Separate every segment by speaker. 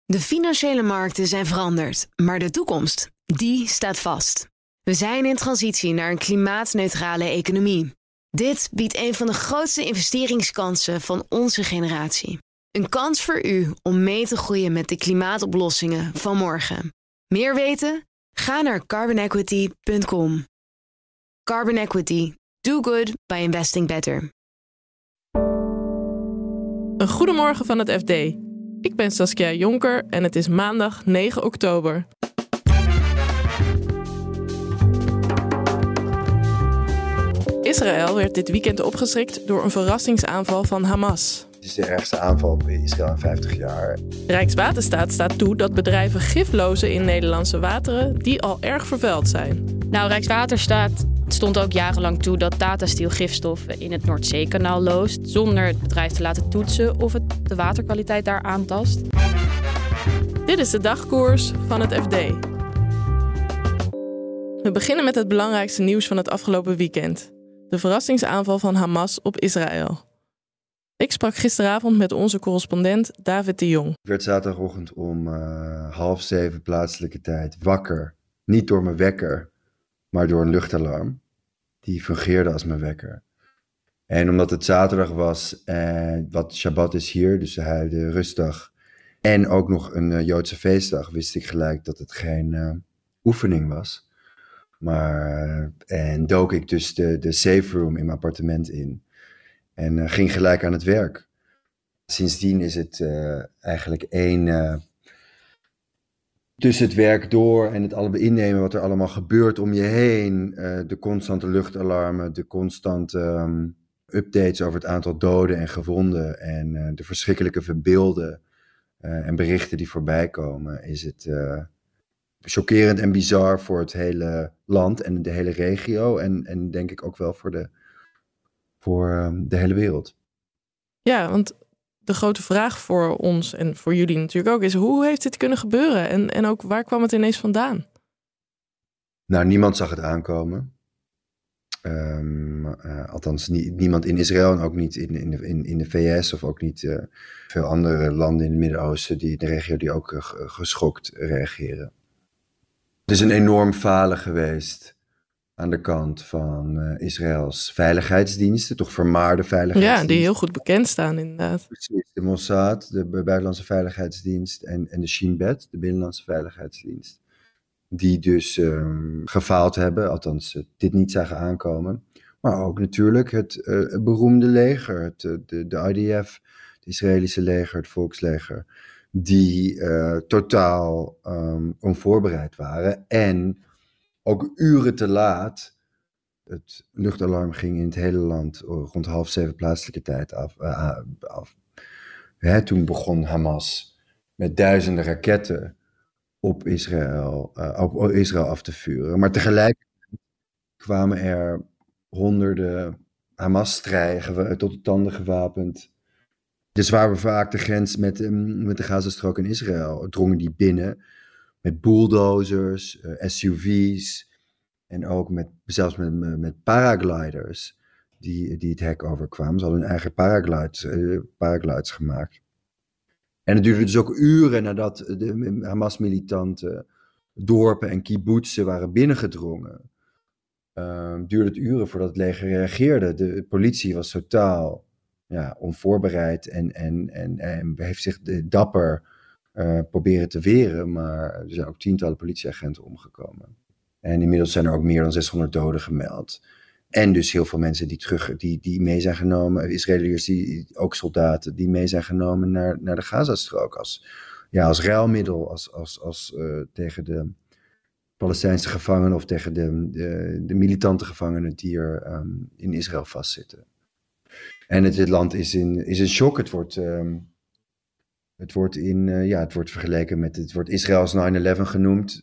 Speaker 1: De financiële markten zijn veranderd, maar de toekomst, die staat vast. We zijn in transitie naar een klimaatneutrale economie. Dit biedt een van de grootste investeringskansen van onze generatie. Een kans voor u om mee te groeien met de klimaatoplossingen van morgen. Meer weten? Ga naar carbonequity.com. Carbon Equity. Do good by investing better.
Speaker 2: Een goedemorgen van het FD. Ik ben Saskia Jonker en het is maandag 9 oktober. Israël werd dit weekend opgeschrikt door een verrassingsaanval van Hamas.
Speaker 3: Het is de ergste aanval op Israël in 50 jaar.
Speaker 2: Rijkswaterstaat staat toe dat bedrijven gif lozen in Nederlandse wateren die al erg vervuild zijn.
Speaker 4: Nou, Rijkswaterstaat stond ook jarenlang toe dat Tata Steel gifstoffen in het Noordzeekanaal loost, zonder het bedrijf te laten toetsen of het de waterkwaliteit daar aantast.
Speaker 2: Dit is de dagkoers van het FD. We beginnen met het belangrijkste nieuws van het afgelopen weekend. De verrassingsaanval van Hamas op Israël. Ik sprak gisteravond met onze correspondent David de Jong.
Speaker 3: Ik werd zaterdagochtend om 6:30 plaatselijke tijd wakker. Niet door mijn wekker, maar door een luchtalarm. Die fungeerde als mijn wekker. En omdat het zaterdag was, wat Shabbat is hier, dus de rustdag, en ook nog een Joodse feestdag, wist ik gelijk dat het geen oefening was. En dook ik dus de safe room in mijn appartement in. En ging gelijk aan het werk. Sindsdien is het eigenlijk tussen het werk door en het allebei innemen wat er allemaal gebeurt om je heen. De constante luchtalarmen, de constante updates over het aantal doden en gewonden. En de verschrikkelijke beelden en berichten die voorbij komen. Is het chockerend en bizar voor het hele land en de hele regio. En denk ik ook wel voor de hele wereld.
Speaker 2: Ja, want de grote vraag voor ons en voor jullie natuurlijk ook is: hoe heeft dit kunnen gebeuren? En ook waar kwam het ineens vandaan?
Speaker 3: Nou, niemand zag het aankomen. Althans, niemand in Israël en ook niet in de VS of ook niet veel andere landen in het Midden-Oosten, de regio die ook geschokt reageren. Het is een enorm falen geweest aan de kant van Israëls veiligheidsdiensten, toch vermaarde veiligheidsdiensten.
Speaker 2: Ja, die heel goed bekend staan inderdaad.
Speaker 3: Precies, de Mossad, de Buitenlandse Veiligheidsdienst en de Shin Bet, de Binnenlandse Veiligheidsdienst. Die dus gefaald hebben, althans dit niet zagen aankomen. Maar ook natuurlijk het beroemde leger, de IDF, het Israëlische leger, het volksleger, die totaal onvoorbereid waren en ook uren te laat. Het luchtalarm ging in het hele land rond 6:30 plaatselijke tijd af. Toen begon Hamas met duizenden raketten op Israël af te vuren. Maar tegelijkertijd kwamen er honderden Hamas-strijders tot de tanden gewapend. Dus waar we vaak de grens met de Gazastrook en Israël drongen die binnen met bulldozers, SUV's en ook zelfs met paragliders die het hek overkwamen. Ze hadden hun eigen paraglides gemaakt. En het duurde dus ook uren nadat de Hamas-militanten dorpen en kibbutzen waren binnengedrongen. Duurde het uren voordat het leger reageerde. De politie was totaal onvoorbereid en heeft zich dapper proberen te weren, maar er zijn ook tientallen politieagenten omgekomen. En inmiddels zijn er ook meer dan 600 doden gemeld. En dus heel veel mensen die mee zijn genomen, Israëliërs, ook soldaten, die mee zijn genomen naar de Gazastrook als ruilmiddel, als tegen de Palestijnse gevangenen of tegen de militante gevangenen die er in Israël vastzitten. En het land is in shock. Het wordt vergeleken met, het wordt Israëls 9/11 genoemd.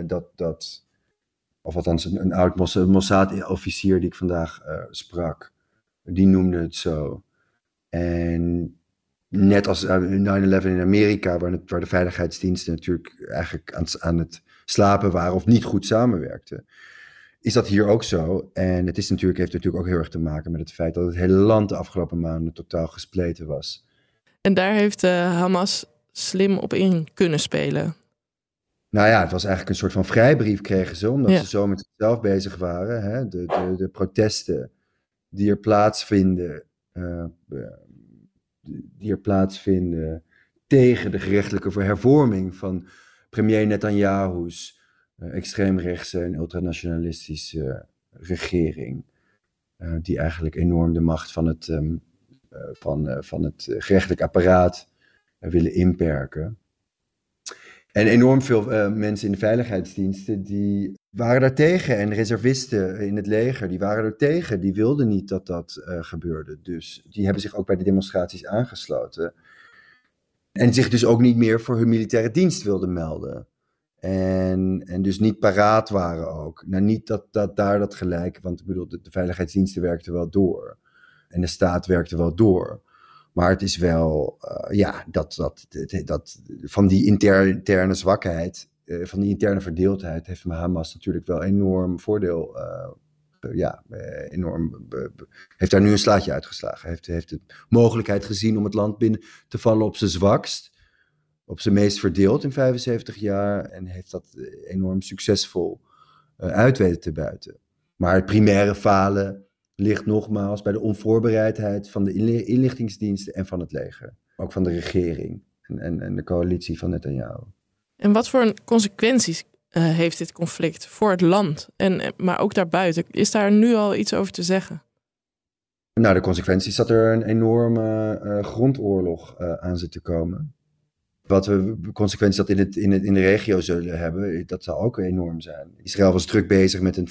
Speaker 3: Of althans een oud Mossad-officier die ik vandaag sprak, die noemde het zo. En net als 9/11 in Amerika, waar de veiligheidsdiensten natuurlijk eigenlijk aan het slapen waren of niet goed samenwerkten, is dat hier ook zo. En het heeft natuurlijk ook heel erg te maken met het feit dat het hele land de afgelopen maanden totaal gespleten was.
Speaker 2: En daar heeft Hamas slim op in kunnen spelen?
Speaker 3: Nou ja, het was eigenlijk een soort van vrijbrief kregen ze, omdat
Speaker 2: Ja.
Speaker 3: ze zo met zichzelf bezig waren. Hè? De protesten die er plaatsvinden tegen de gerechtelijke hervorming van premier Netanyahu's extreemrechtse en ultranationalistische regering. Die eigenlijk enorm de macht van het gerechtelijk apparaat willen inperken. En enorm veel mensen in de veiligheidsdiensten die waren daartegen. En reservisten in het leger, die waren er tegen. Die wilden niet dat dat gebeurde. Dus die hebben zich ook bij de demonstraties aangesloten. En zich dus ook niet meer voor hun militaire dienst wilden melden. En dus niet paraat waren ook. Nou, niet dat daar dat gelijk, want ik bedoel, de veiligheidsdiensten werkten wel door. En de staat werkte wel door. Maar het is wel, dat van die interne zwakheid, van die interne verdeeldheid, heeft Hamas natuurlijk wel enorm voordeel. Heeft daar nu een slaatje uitgeslagen. Heeft de mogelijkheid gezien om het land binnen te vallen op zijn zwakst. Op zijn meest verdeeld in 75 jaar. En heeft dat enorm succesvol uit weten te buiten. Maar het primaire falen ligt nogmaals bij de onvoorbereidheid van de inlichtingsdiensten en van het leger. Ook van de regering en de coalitie van Netanyahu.
Speaker 2: En wat voor consequenties heeft dit conflict voor het land, maar ook daarbuiten? Is daar nu al iets over te zeggen?
Speaker 3: Nou, de consequenties is dat er een enorme grondoorlog aan zit te komen. Wat we consequenties dat in de regio zullen hebben, dat zal ook enorm zijn. Israël was druk bezig met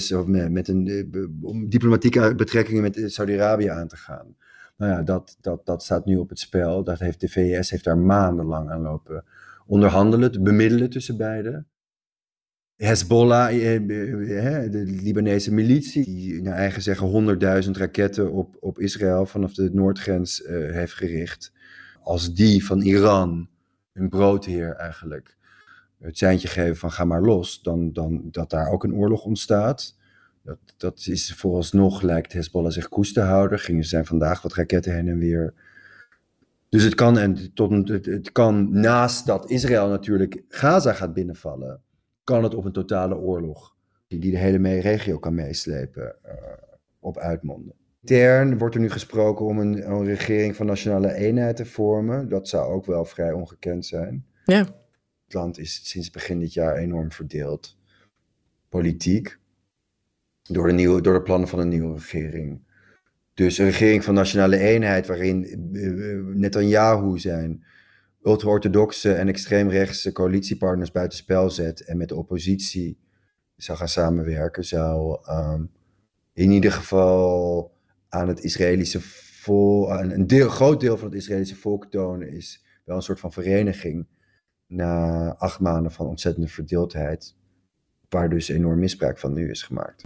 Speaker 3: om diplomatieke betrekkingen met Saudi-Arabië aan te gaan. Nou ja, dat staat nu op het spel. De VS heeft daar maandenlang aan lopen onderhandelen, bemiddelen tussen beiden. Hezbollah, de Libanese militie, die naar eigen zeggen 100.000 raketten op Israël vanaf de noordgrens heeft gericht. Als die van Iran, een broodheer eigenlijk, het seintje geven van ga maar los, dan dat daar ook een oorlog ontstaat. Dat is vooralsnog, lijkt Hezbollah zich koest te houden. Zijn vandaag wat raketten heen en weer. Dus het kan naast dat Israël natuurlijk Gaza gaat binnenvallen, kan het op een totale oorlog, die de hele regio kan meeslepen, op uitmonden. Intern wordt er nu gesproken om een regering van nationale eenheid te vormen. Dat zou ook wel vrij ongekend zijn.
Speaker 2: Ja.
Speaker 3: Het land is sinds begin dit jaar enorm verdeeld. Politiek. Door de plannen van een nieuwe regering. Dus een regering van nationale eenheid waarin Netanyahu zijn ultra-orthodoxe en extreemrechtse coalitiepartners buitenspel zet en met de oppositie zou gaan samenwerken, zou in ieder geval aan het Israëlische volk, een groot deel van het Israëlische volk tonen, is wel een soort van vereniging na 8 maanden van ontzettende verdeeldheid, waar dus enorm misbruik van nu is gemaakt.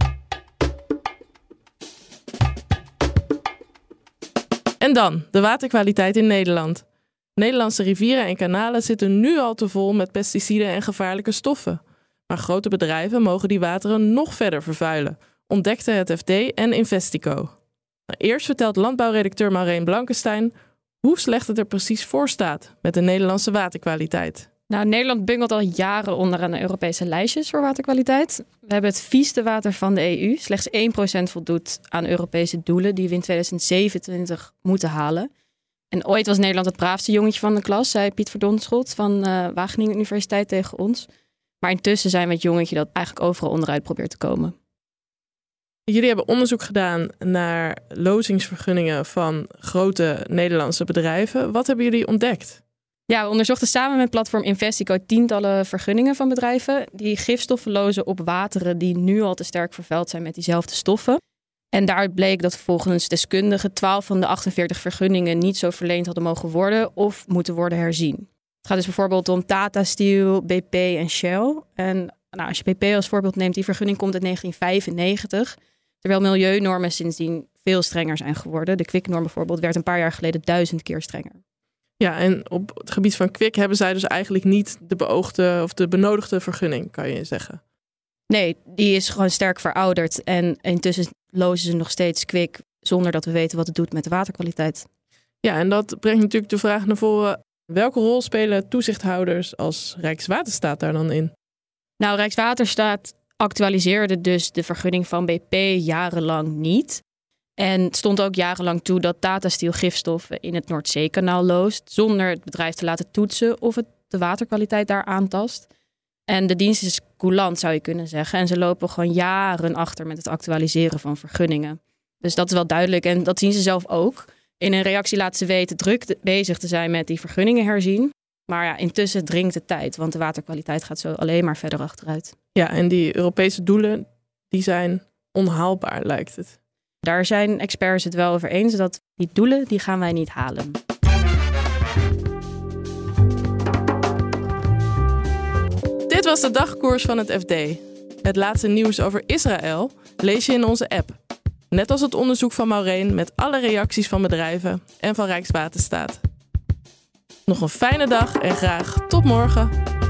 Speaker 2: En dan, de waterkwaliteit in Nederland. Nederlandse rivieren en kanalen zitten nu al te vol met pesticiden en gevaarlijke stoffen. Maar grote bedrijven mogen die wateren nog verder vervuilen, ontdekte het FD en Investico. Nou, eerst vertelt landbouwredacteur Maureen Blankenstein hoe slecht het er precies voor staat met de Nederlandse waterkwaliteit.
Speaker 4: Nou, Nederland bungelt al jaren onderaan de Europese lijstjes voor waterkwaliteit. We hebben het vieste water van de EU. Slechts 1% voldoet aan Europese doelen die we in 2027 moeten halen. En ooit was Nederland het braafste jongetje van de klas, zei Piet Verdonschot van Wageningen Universiteit tegen ons. Maar intussen zijn we het jongetje dat eigenlijk overal onderuit probeert te komen.
Speaker 2: Jullie hebben onderzoek gedaan naar lozingsvergunningen van grote Nederlandse bedrijven. Wat hebben jullie ontdekt?
Speaker 4: Ja, we onderzochten samen met platform Investico tientallen vergunningen van bedrijven die gifstoffen lozen op wateren die nu al te sterk vervuild zijn met diezelfde stoffen. En daaruit bleek dat volgens deskundigen 12 van de 48 vergunningen niet zo verleend hadden mogen worden of moeten worden herzien. Het gaat dus bijvoorbeeld om Tata Steel, BP en Shell. En als je BP als voorbeeld neemt, die vergunning komt uit 1995. Terwijl milieunormen sindsdien veel strenger zijn geworden. De kwiknorm bijvoorbeeld werd een paar jaar geleden 1000 keer strenger.
Speaker 2: Ja, en op het gebied van kwik hebben zij dus eigenlijk niet de beoogde of de benodigde vergunning, kan je zeggen.
Speaker 4: Nee, die is gewoon sterk verouderd. En intussen lozen ze nog steeds kwik zonder dat we weten wat het doet met de waterkwaliteit.
Speaker 2: Ja, en dat brengt natuurlijk de vraag naar voren. Welke rol spelen toezichthouders als Rijkswaterstaat daar dan in?
Speaker 4: Nou, Rijkswaterstaat actualiseerde dus de vergunning van BP jarenlang niet. En het stond ook jarenlang toe dat Tata Steel gifstoffen in het Noordzeekanaal loost, zonder het bedrijf te laten toetsen of het de waterkwaliteit daar aantast. En de dienst is coulant, zou je kunnen zeggen. En ze lopen gewoon jaren achter met het actualiseren van vergunningen. Dus dat is wel duidelijk en dat zien ze zelf ook. In een reactie laten ze weten druk bezig te zijn met die vergunningen herzien. Maar ja, intussen dringt de tijd, want de waterkwaliteit gaat zo alleen maar verder achteruit.
Speaker 2: Ja, en die Europese doelen, die zijn onhaalbaar, lijkt het.
Speaker 4: Daar zijn experts het wel over eens dat die doelen, die gaan wij niet halen.
Speaker 2: Dit was de dagkoers van het FD. Het laatste nieuws over Israël lees je in onze app. Net als het onderzoek van Maureen met alle reacties van bedrijven en van Rijkswaterstaat. Nog een fijne dag en graag tot morgen.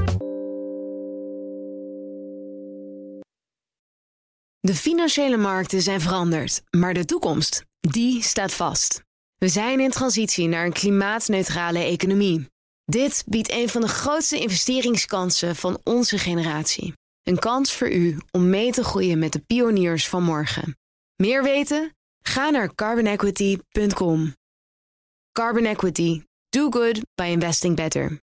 Speaker 1: De financiële markten zijn veranderd, maar de toekomst, die staat vast. We zijn in transitie naar een klimaatneutrale economie. Dit biedt een van de grootste investeringskansen van onze generatie. Een kans voor u om mee te groeien met de pioniers van morgen. Meer weten? Ga naar carbonequity.com. Carbon Equity. Do good by investing better.